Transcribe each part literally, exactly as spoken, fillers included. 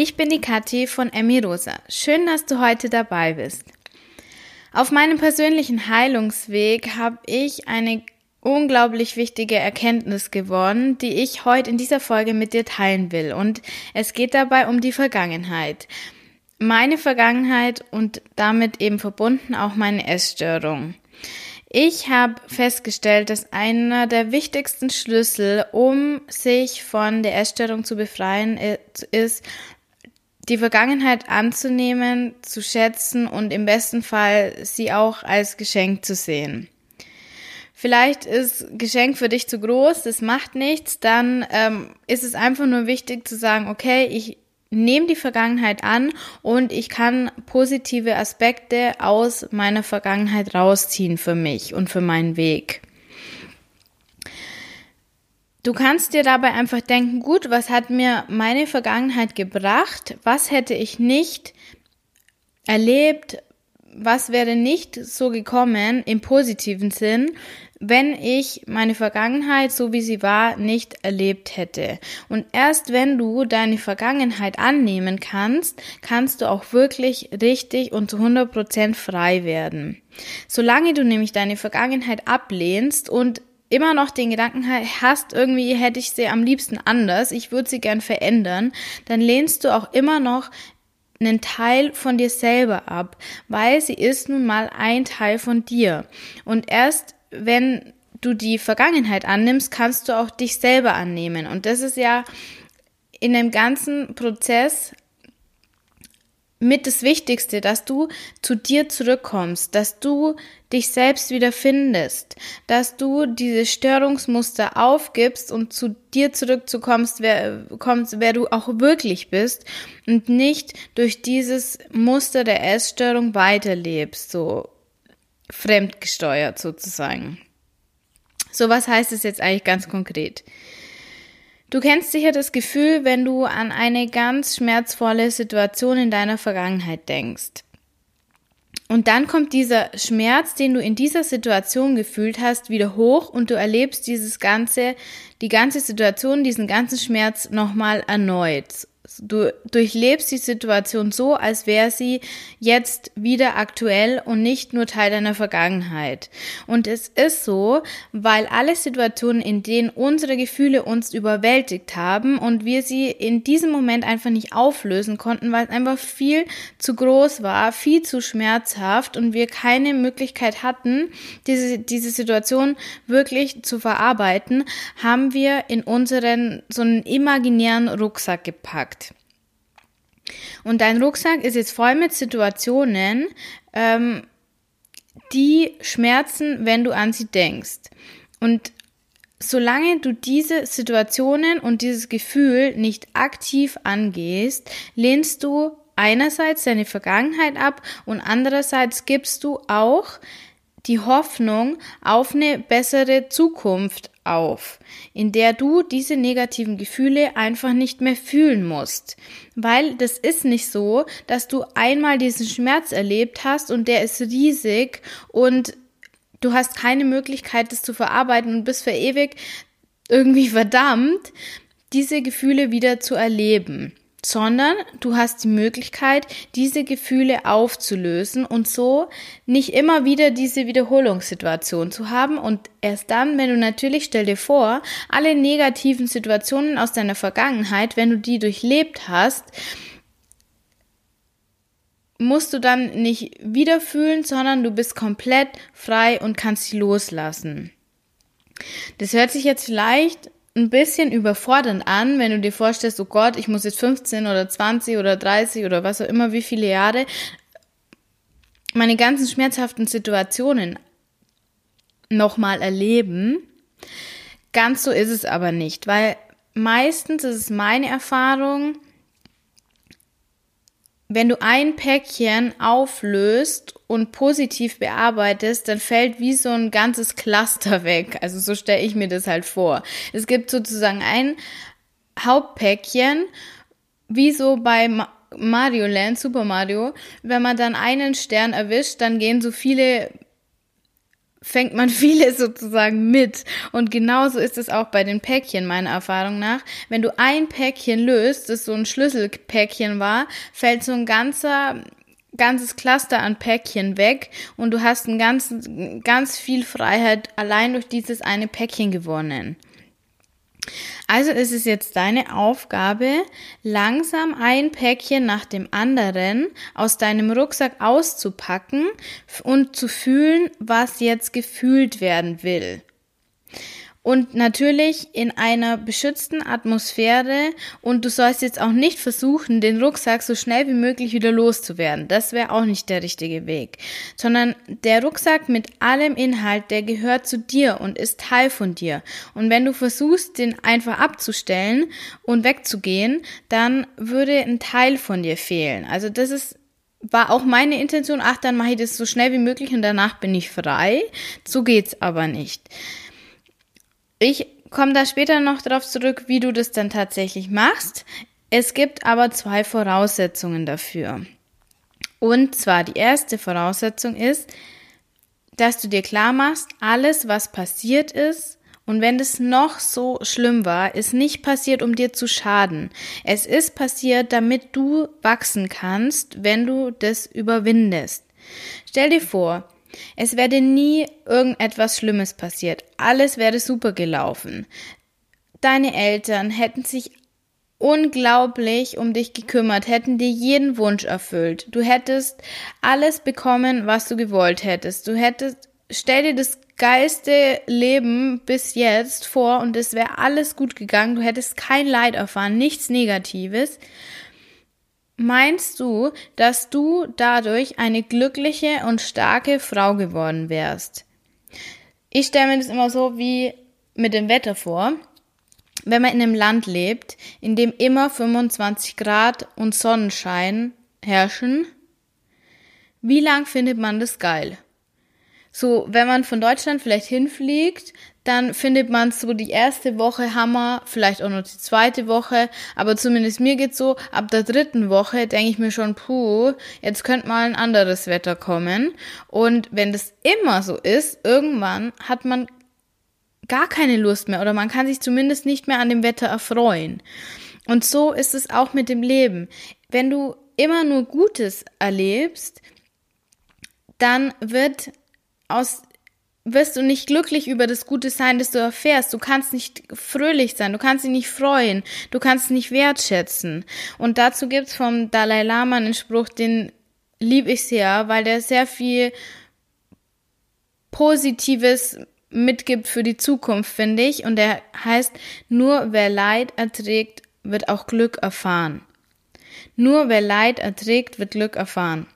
Ich bin die Kathi von Emmy Rosa. Schön, dass du heute dabei bist. Auf meinem persönlichen Heilungsweg habe ich eine unglaublich wichtige Erkenntnis gewonnen, die ich heute in dieser Folge mit dir teilen will. Und es geht dabei um die Vergangenheit. Meine Vergangenheit und damit eben verbunden auch meine Essstörung. Ich habe festgestellt, dass einer der wichtigsten Schlüssel, um sich von der Essstörung zu befreien, ist, die Vergangenheit anzunehmen, zu schätzen und im besten Fall sie auch als Geschenk zu sehen. Vielleicht ist Geschenk für dich zu groß, das macht nichts, dann ähm, ist es einfach nur wichtig zu sagen, okay, ich nehme die Vergangenheit an und ich kann positive Aspekte aus meiner Vergangenheit rausziehen für mich und für meinen Weg. Du kannst dir dabei einfach denken, gut, was hat mir meine Vergangenheit gebracht? Was hätte ich nicht erlebt? Was wäre nicht so gekommen im positiven Sinn, wenn ich meine Vergangenheit, so wie sie war, nicht erlebt hätte? Und erst wenn du deine Vergangenheit annehmen kannst, kannst du auch wirklich richtig und zu hundert Prozent frei werden. Solange du nämlich deine Vergangenheit ablehnst und immer noch den Gedanken hast, irgendwie hätte ich sie am liebsten anders, ich würde sie gern verändern, dann lehnst du auch immer noch einen Teil von dir selber ab, weil sie ist nun mal ein Teil von dir. Und erst wenn du die Vergangenheit annimmst, kannst du auch dich selber annehmen. Und das ist ja in dem ganzen Prozess mit das Wichtigste, dass du zu dir zurückkommst, dass du dich selbst wieder findest, dass du diese Störungsmuster aufgibst und zu dir zurückzukommst, wer, kommst, wer du auch wirklich bist und nicht durch dieses Muster der Essstörung weiterlebst, so fremdgesteuert sozusagen. So, was heißt es jetzt eigentlich ganz konkret? Du kennst sicher das Gefühl, wenn du an eine ganz schmerzvolle Situation in deiner Vergangenheit denkst. Und dann kommt dieser Schmerz, den du in dieser Situation gefühlt hast, wieder hoch und du erlebst dieses ganze, die ganze Situation, diesen ganzen Schmerz nochmal erneut. Du durchlebst die Situation so, als wäre sie jetzt wieder aktuell und nicht nur Teil deiner Vergangenheit. Und es ist so, weil alle Situationen, in denen unsere Gefühle uns überwältigt haben und wir sie in diesem Moment einfach nicht auflösen konnten, weil es einfach viel zu groß war, viel zu schmerzhaft und wir keine Möglichkeit hatten, diese, diese Situation wirklich zu verarbeiten, haben wir in unseren so einen imaginären Rucksack gepackt. Und dein Rucksack ist jetzt voll mit Situationen, ähm, die schmerzen, wenn du an sie denkst. Und solange du diese Situationen und dieses Gefühl nicht aktiv angehst, lehnst du einerseits deine Vergangenheit ab und andererseits gibst du auch die Hoffnung auf eine bessere Zukunft auf, in der du diese negativen Gefühle einfach nicht mehr fühlen musst. Weil das ist nicht so, dass du einmal diesen Schmerz erlebt hast und der ist riesig und du hast keine Möglichkeit, das zu verarbeiten und bist für ewig irgendwie verdammt, diese Gefühle wieder zu erleben. Sondern du hast die Möglichkeit, diese Gefühle aufzulösen und so nicht immer wieder diese Wiederholungssituation zu haben. Und erst dann, wenn du natürlich, stell dir vor, alle negativen Situationen aus deiner Vergangenheit, wenn du die durchlebt hast, musst du dann nicht wieder fühlen, sondern du bist komplett frei und kannst sie loslassen. Das hört sich jetzt vielleicht ein bisschen überfordernd an, wenn du dir vorstellst, oh Gott, ich muss jetzt fünfzehn oder zwanzig oder dreißig oder was auch immer, wie viele Jahre meine ganzen schmerzhaften Situationen nochmal erleben. Ganz so ist es aber nicht, weil meistens ist es meine Erfahrung, wenn du ein Päckchen auflöst und positiv bearbeitest, dann fällt wie so ein ganzes Cluster weg. Also so stelle ich mir das halt vor. Es gibt sozusagen ein Hauptpäckchen, wie so bei Mario Land, Super Mario. Wenn man dann einen Stern erwischt, dann gehen so viele fängt man vieles sozusagen mit. Und genauso ist es auch bei den Päckchen, meiner Erfahrung nach. Wenn du ein Päckchen löst, das so ein Schlüsselpäckchen war, fällt so ein ganzer, ganzes Cluster an Päckchen weg und du hast ein ganz, ganz viel Freiheit allein durch dieses eine Päckchen gewonnen. Also ist es jetzt deine Aufgabe, langsam ein Päckchen nach dem anderen aus deinem Rucksack auszupacken und zu fühlen, was jetzt gefühlt werden will. Und natürlich in einer beschützten Atmosphäre und du sollst jetzt auch nicht versuchen, den Rucksack so schnell wie möglich wieder loszuwerden. Das wäre auch nicht der richtige Weg. Sondern der Rucksack mit allem Inhalt, der gehört zu dir und ist Teil von dir. Und wenn du versuchst, den einfach abzustellen und wegzugehen, dann würde ein Teil von dir fehlen. Also das ist war auch meine Intention, ach, dann mache ich das so schnell wie möglich und danach bin ich frei. So geht's aber nicht. Ich komme da später noch darauf zurück, wie du das dann tatsächlich machst. Es gibt aber zwei Voraussetzungen dafür. Und zwar die erste Voraussetzung ist, dass du dir klar machst, alles, was passiert ist, und wenn es noch so schlimm war, ist nicht passiert, um dir zu schaden. Es ist passiert, damit du wachsen kannst, wenn du das überwindest. Stell dir vor, es wäre nie irgendetwas Schlimmes passiert. Alles wäre super gelaufen. Deine Eltern hätten sich unglaublich um dich gekümmert, hätten dir jeden Wunsch erfüllt. Du hättest alles bekommen, was du gewollt hättest. Du hättest, stell dir das geilste Leben bis jetzt vor und es wäre alles gut gegangen. Du hättest kein Leid erfahren, nichts Negatives. Meinst du, dass du dadurch eine glückliche und starke Frau geworden wärst? Ich stelle mir das immer so wie mit dem Wetter vor. Wenn man in einem Land lebt, in dem immer fünfundzwanzig Grad und Sonnenschein herrschen, wie lang findet man das geil? So, wenn man von Deutschland vielleicht hinfliegt, dann findet man so die erste Woche Hammer, vielleicht auch noch die zweite Woche, aber zumindest mir geht's so, ab der dritten Woche denke ich mir schon, puh, jetzt könnte mal ein anderes Wetter kommen. Und wenn das immer so ist, irgendwann hat man gar keine Lust mehr oder man kann sich zumindest nicht mehr an dem Wetter erfreuen. Und so ist es auch mit dem Leben. Wenn du immer nur Gutes erlebst, dann wird aus wirst du nicht glücklich über das Gute sein, das du erfährst. Du kannst nicht fröhlich sein, du kannst dich nicht freuen, du kannst nicht wertschätzen. Und dazu gibt's vom Dalai Lama einen Spruch, den liebe ich sehr, weil der sehr viel Positives mitgibt für die Zukunft, finde ich. Und der heißt, nur wer Leid erträgt, wird auch Glück erfahren. Nur wer Leid erträgt, wird Glück erfahren.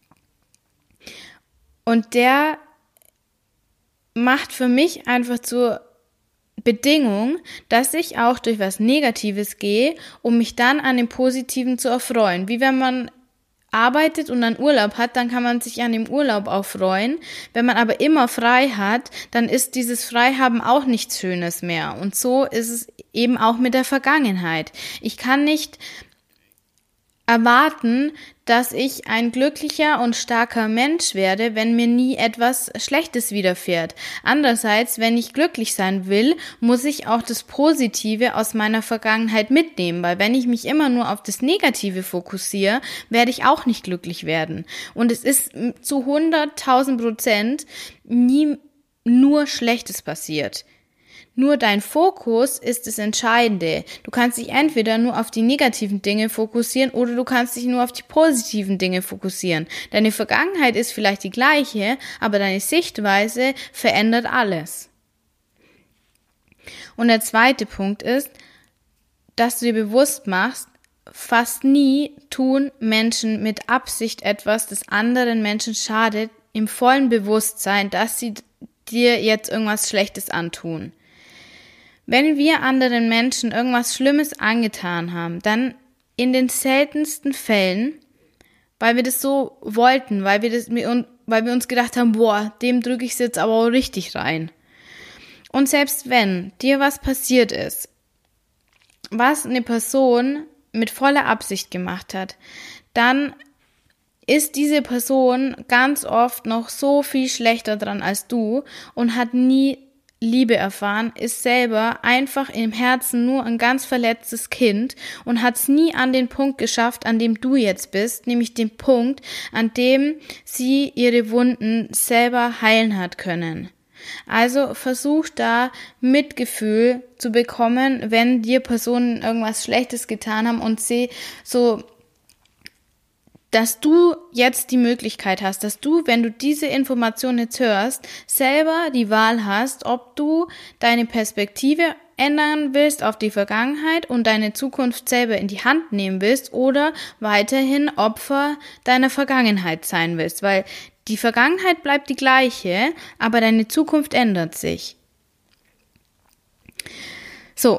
Und der macht für mich einfach zur Bedingung, dass ich auch durch was Negatives gehe, um mich dann an dem Positiven zu erfreuen. Wie wenn man arbeitet und dann Urlaub hat, dann kann man sich an dem Urlaub auch freuen. Wenn man aber immer frei hat, dann ist dieses Freihaben auch nichts Schönes mehr. Und so ist es eben auch mit der Vergangenheit. Ich kann nicht erwarten, dass ich ein glücklicher und starker Mensch werde, wenn mir nie etwas Schlechtes widerfährt. Andererseits, wenn ich glücklich sein will, muss ich auch das Positive aus meiner Vergangenheit mitnehmen, weil wenn ich mich immer nur auf das Negative fokussiere, werde ich auch nicht glücklich werden. Und es ist zu hunderttausend Prozent nie nur Schlechtes passiert. Nur dein Fokus ist das Entscheidende. Du kannst dich entweder nur auf die negativen Dinge fokussieren oder du kannst dich nur auf die positiven Dinge fokussieren. Deine Vergangenheit ist vielleicht die gleiche, aber deine Sichtweise verändert alles. Und der zweite Punkt ist, dass du dir bewusst machst, fast nie tun Menschen mit Absicht etwas, das anderen Menschen schadet, im vollen Bewusstsein, dass sie dir jetzt irgendwas Schlechtes antun. Wenn wir anderen Menschen irgendwas Schlimmes angetan haben, dann in den seltensten Fällen, weil wir das so wollten, weil wir das, weil wir uns gedacht haben, boah, dem drücke ich es jetzt aber auch richtig rein. Und selbst wenn dir was passiert ist, was eine Person mit voller Absicht gemacht hat, dann ist diese Person ganz oft noch so viel schlechter dran als du und hat nie Liebe erfahren, ist selber einfach im Herzen nur ein ganz verletztes Kind und hat es nie an den Punkt geschafft, an dem du jetzt bist, nämlich den Punkt, an dem sie ihre Wunden selber heilen hat können. Also versuch da Mitgefühl zu bekommen, wenn dir Personen irgendwas Schlechtes getan haben und seh so, dass du jetzt die Möglichkeit hast, dass du, wenn du diese Information jetzt hörst, selber die Wahl hast, ob du deine Perspektive ändern willst auf die Vergangenheit und deine Zukunft selber in die Hand nehmen willst oder weiterhin Opfer deiner Vergangenheit sein willst, weil die Vergangenheit bleibt die gleiche, aber deine Zukunft ändert sich. So,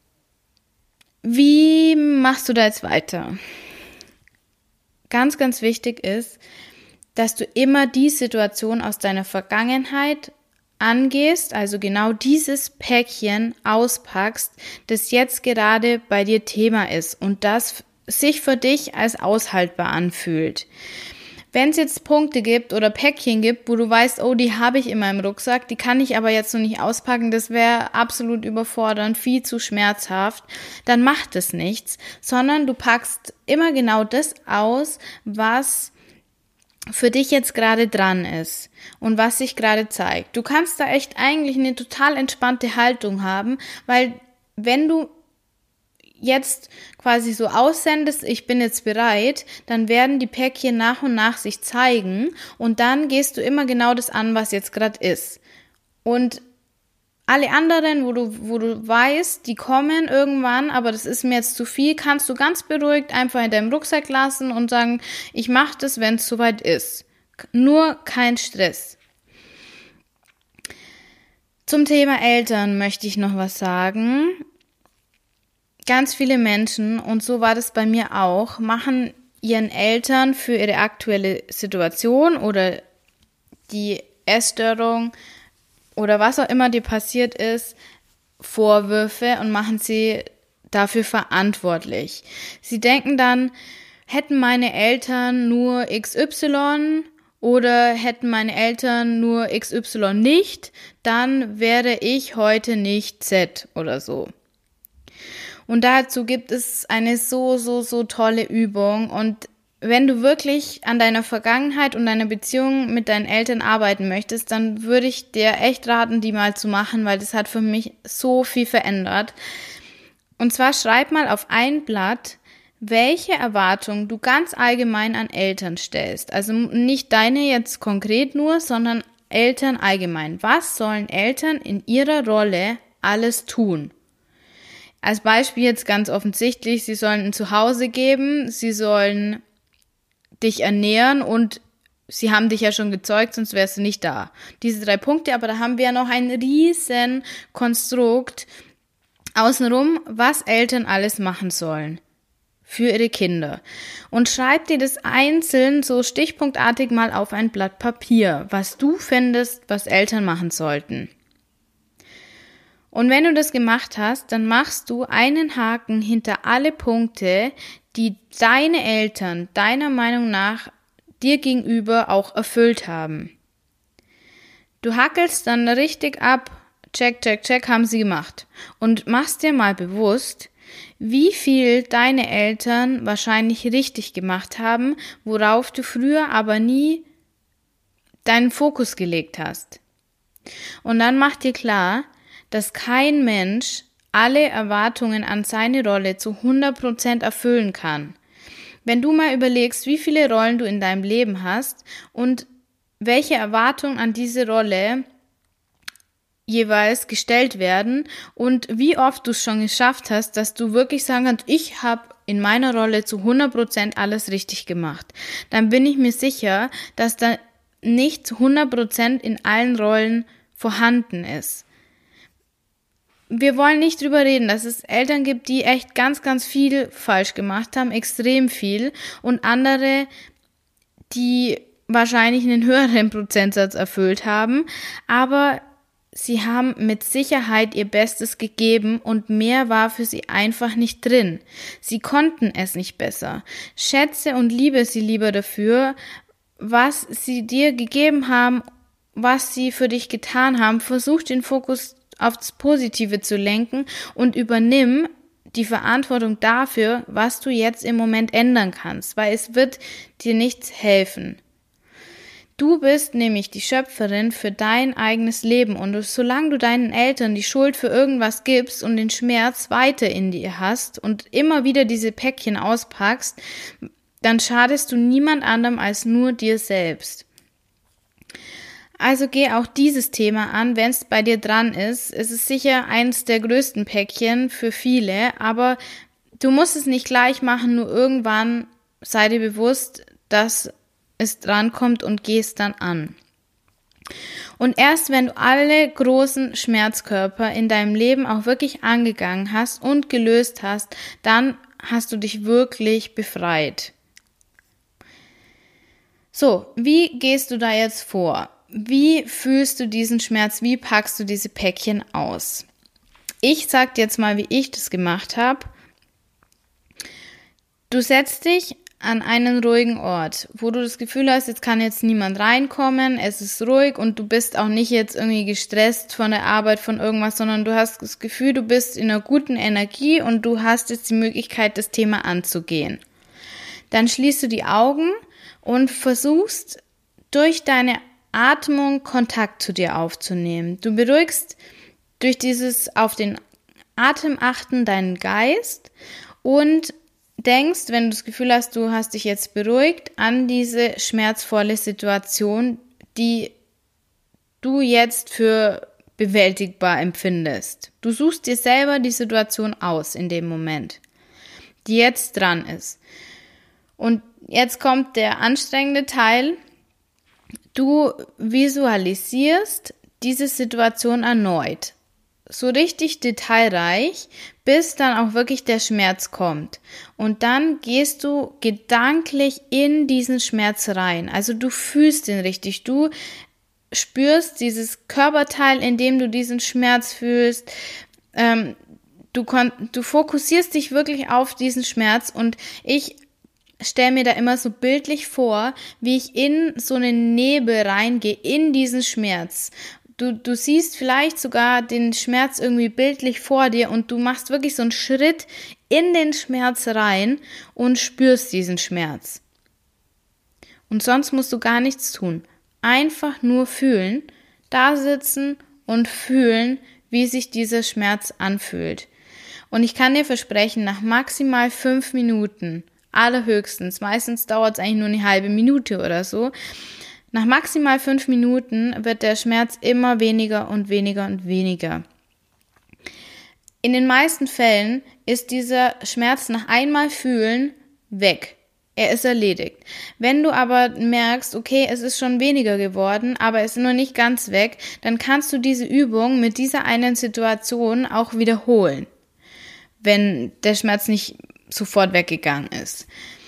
wie machst du da jetzt weiter? Ganz, ganz wichtig ist, dass du immer die Situation aus deiner Vergangenheit angehst, also genau dieses Päckchen auspackst, das jetzt gerade bei dir Thema ist und das sich für dich als aushaltbar anfühlt. Wenn es jetzt Punkte gibt oder Päckchen gibt, wo du weißt, oh, die habe ich in meinem Rucksack, die kann ich aber jetzt noch nicht auspacken, das wäre absolut überfordernd, viel zu schmerzhaft, dann macht es nichts, sondern du packst immer genau das aus, was für dich jetzt gerade dran ist und was sich gerade zeigt. Du kannst da echt eigentlich eine total entspannte Haltung haben, weil wenn du jetzt quasi so aussendest, ich bin jetzt bereit, dann werden die Päckchen nach und nach sich zeigen und dann gehst du immer genau das an, was jetzt gerade ist. Und alle anderen, wo du, wo du weißt, die kommen irgendwann, aber das ist mir jetzt zu viel, kannst du ganz beruhigt einfach in deinem Rucksack lassen und sagen, ich mache das, wenn es soweit ist. Nur kein Stress. Zum Thema Eltern möchte ich noch was sagen. Ganz viele Menschen, und so war das bei mir auch, machen ihren Eltern für ihre aktuelle Situation oder die Essstörung oder was auch immer dir passiert ist, Vorwürfe und machen sie dafür verantwortlich. Sie denken dann, hätten meine Eltern nur X Y oder hätten meine Eltern nur X Y nicht, dann wäre ich heute nicht Z oder so. Und dazu gibt es eine so, so, so tolle Übung. Und wenn du wirklich an deiner Vergangenheit und deiner Beziehung mit deinen Eltern arbeiten möchtest, dann würde ich dir echt raten, die mal zu machen, weil das hat für mich so viel verändert. Und zwar schreib mal auf ein Blatt, welche Erwartungen du ganz allgemein an Eltern stellst. Also nicht deine jetzt konkret nur, sondern Eltern allgemein. Was sollen Eltern in ihrer Rolle alles tun? Als Beispiel jetzt ganz offensichtlich, sie sollen ein Zuhause geben, sie sollen dich ernähren und sie haben dich ja schon gezeugt, sonst wärst du nicht da. Diese drei Punkte, aber da haben wir ja noch ein riesen Konstrukt außenrum, was Eltern alles machen sollen für ihre Kinder. Und schreib dir das einzeln so stichpunktartig mal auf ein Blatt Papier, was du findest, was Eltern machen sollten. Und wenn du das gemacht hast, dann machst du einen Haken hinter alle Punkte, die deine Eltern deiner Meinung nach dir gegenüber auch erfüllt haben. Du hackelst dann richtig ab, check, check, check, haben sie gemacht. Und machst dir mal bewusst, wie viel deine Eltern wahrscheinlich richtig gemacht haben, worauf du früher aber nie deinen Fokus gelegt hast. Und dann mach dir klar, dass kein Mensch alle Erwartungen an seine Rolle zu hundert Prozent erfüllen kann. Wenn du mal überlegst, wie viele Rollen du in deinem Leben hast und welche Erwartungen an diese Rolle jeweils gestellt werden und wie oft du es schon geschafft hast, dass du wirklich sagen kannst, ich habe in meiner Rolle zu hundert Prozent alles richtig gemacht, dann bin ich mir sicher, dass da nicht zu hundert Prozent in allen Rollen vorhanden ist. Wir wollen nicht drüber reden, dass es Eltern gibt, die echt ganz, ganz viel falsch gemacht haben, extrem viel, und andere, die wahrscheinlich einen höheren Prozentsatz erfüllt haben, aber sie haben mit Sicherheit ihr Bestes gegeben und mehr war für sie einfach nicht drin. Sie konnten es nicht besser. Schätze und liebe sie lieber dafür, was sie dir gegeben haben, was sie für dich getan haben. Versuch den Fokus aufs Positive zu lenken und übernimm die Verantwortung dafür, was du jetzt im Moment ändern kannst, weil es wird dir nichts helfen. Du bist nämlich die Schöpferin für dein eigenes Leben und solange du deinen Eltern die Schuld für irgendwas gibst und den Schmerz weiter in dir hast und immer wieder diese Päckchen auspackst, dann schadest du niemand anderem als nur dir selbst. Also geh auch dieses Thema an, wenn es bei dir dran ist. Es ist sicher eines der größten Päckchen für viele, aber du musst es nicht gleich machen, nur irgendwann sei dir bewusst, dass es dran kommt und geh es dann an. Und erst wenn du alle großen Schmerzkörper in deinem Leben auch wirklich angegangen hast und gelöst hast, dann hast du dich wirklich befreit. So, wie gehst du da jetzt vor? Wie fühlst du diesen Schmerz? Wie packst du diese Päckchen aus? Ich sag dir jetzt mal, wie ich das gemacht habe. Du setzt dich an einen ruhigen Ort, wo du das Gefühl hast, jetzt kann jetzt niemand reinkommen, es ist ruhig und du bist auch nicht jetzt irgendwie gestresst von der Arbeit, von irgendwas, sondern du hast das Gefühl, du bist in einer guten Energie und du hast jetzt die Möglichkeit, das Thema anzugehen. Dann schließt du die Augen und versuchst durch deine Atmung Kontakt zu dir aufzunehmen. Du beruhigst durch dieses auf den Atem achten deinen Geist und denkst, wenn du das Gefühl hast, du hast dich jetzt beruhigt, an diese schmerzvolle Situation, die du jetzt für bewältigbar empfindest. Du suchst dir selber die Situation aus in dem Moment, die jetzt dran ist. Und jetzt kommt der anstrengende Teil. Du visualisierst diese Situation erneut, so richtig detailreich, bis dann auch wirklich der Schmerz kommt. Und dann gehst du gedanklich in diesen Schmerz rein. Also du fühlst ihn richtig, du spürst dieses Körperteil, in dem du diesen Schmerz fühlst. Ähm, du, kon- du fokussierst dich wirklich auf diesen Schmerz und ich stell mir da immer so bildlich vor, wie ich in so einen Nebel reingehe, in diesen Schmerz. Du, du siehst vielleicht sogar den Schmerz irgendwie bildlich vor dir und du machst wirklich so einen Schritt in den Schmerz rein und spürst diesen Schmerz. Und sonst musst du gar nichts tun. Einfach nur fühlen, da sitzen und fühlen, wie sich dieser Schmerz anfühlt. Und ich kann dir versprechen, nach maximal fünf Minuten, allerhöchstens, meistens dauert es eigentlich nur eine halbe Minute oder so, nach maximal fünf Minuten wird der Schmerz immer weniger und weniger und weniger. In den meisten Fällen ist dieser Schmerz nach einmal fühlen weg. Er ist erledigt. Wenn du aber merkst, okay, es ist schon weniger geworden, aber es ist noch nicht ganz weg, dann kannst du diese Übung mit dieser einen Situation auch wiederholen, wenn der Schmerz nicht sofort weggegangen ist.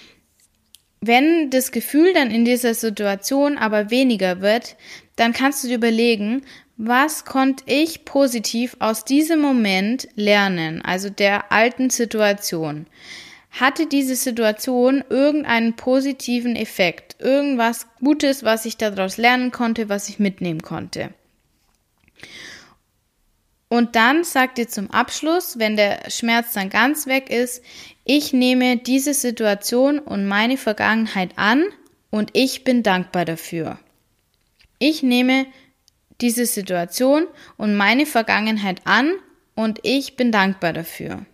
Wenn das Gefühl dann in dieser Situation aber weniger wird, dann kannst du dir überlegen, was konnte ich positiv aus diesem Moment lernen, also der alten Situation. Hatte diese Situation irgendeinen positiven Effekt, irgendwas Gutes, was ich daraus lernen konnte, was ich mitnehmen konnte. Und dann sagt dir zum Abschluss, wenn der Schmerz dann ganz weg ist, ich nehme diese Situation und meine Vergangenheit an und ich bin dankbar dafür. Ich nehme diese Situation und meine Vergangenheit an und ich bin dankbar dafür.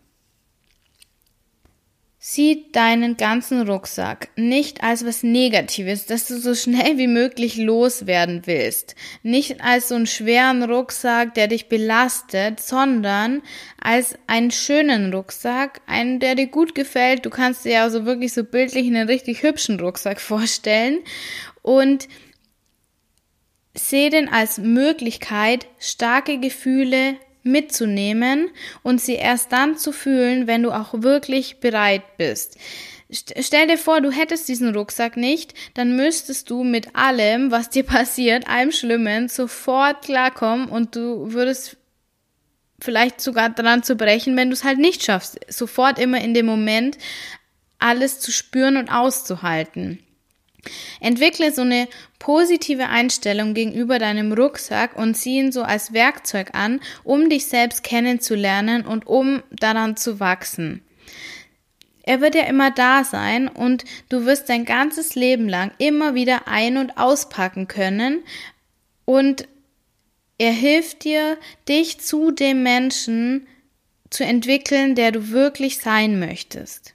Sieh deinen ganzen Rucksack nicht als was Negatives, das du so schnell wie möglich loswerden willst. Nicht als so einen schweren Rucksack, der dich belastet, sondern als einen schönen Rucksack, einen, der dir gut gefällt. Du kannst dir ja so wirklich so bildlich einen richtig hübschen Rucksack vorstellen und seh den als Möglichkeit, starke Gefühle mitzunehmen und sie erst dann zu fühlen, wenn du auch wirklich bereit bist. Stell dir vor, du hättest diesen Rucksack nicht, dann müsstest du mit allem, was dir passiert, allem Schlimmen, sofort klarkommen und du würdest vielleicht sogar dran zu brechen, wenn du es halt nicht schaffst, sofort immer in dem Moment alles zu spüren und auszuhalten. Entwickle so eine positive Einstellung gegenüber deinem Rucksack und sieh ihn so als Werkzeug an, um dich selbst kennenzulernen und um daran zu wachsen. Er wird ja immer da sein und du wirst dein ganzes Leben lang immer wieder ein- und auspacken können und er hilft dir, dich zu dem Menschen zu entwickeln, der du wirklich sein möchtest.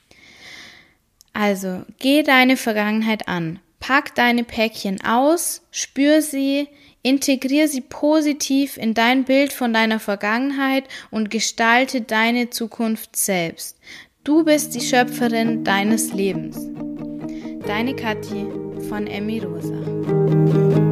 Also, geh deine Vergangenheit an, pack deine Päckchen aus, spür sie, integrier sie positiv in dein Bild von deiner Vergangenheit und gestalte deine Zukunft selbst. Du bist die Schöpferin deines Lebens. Deine Kathi von Emmy Rosa.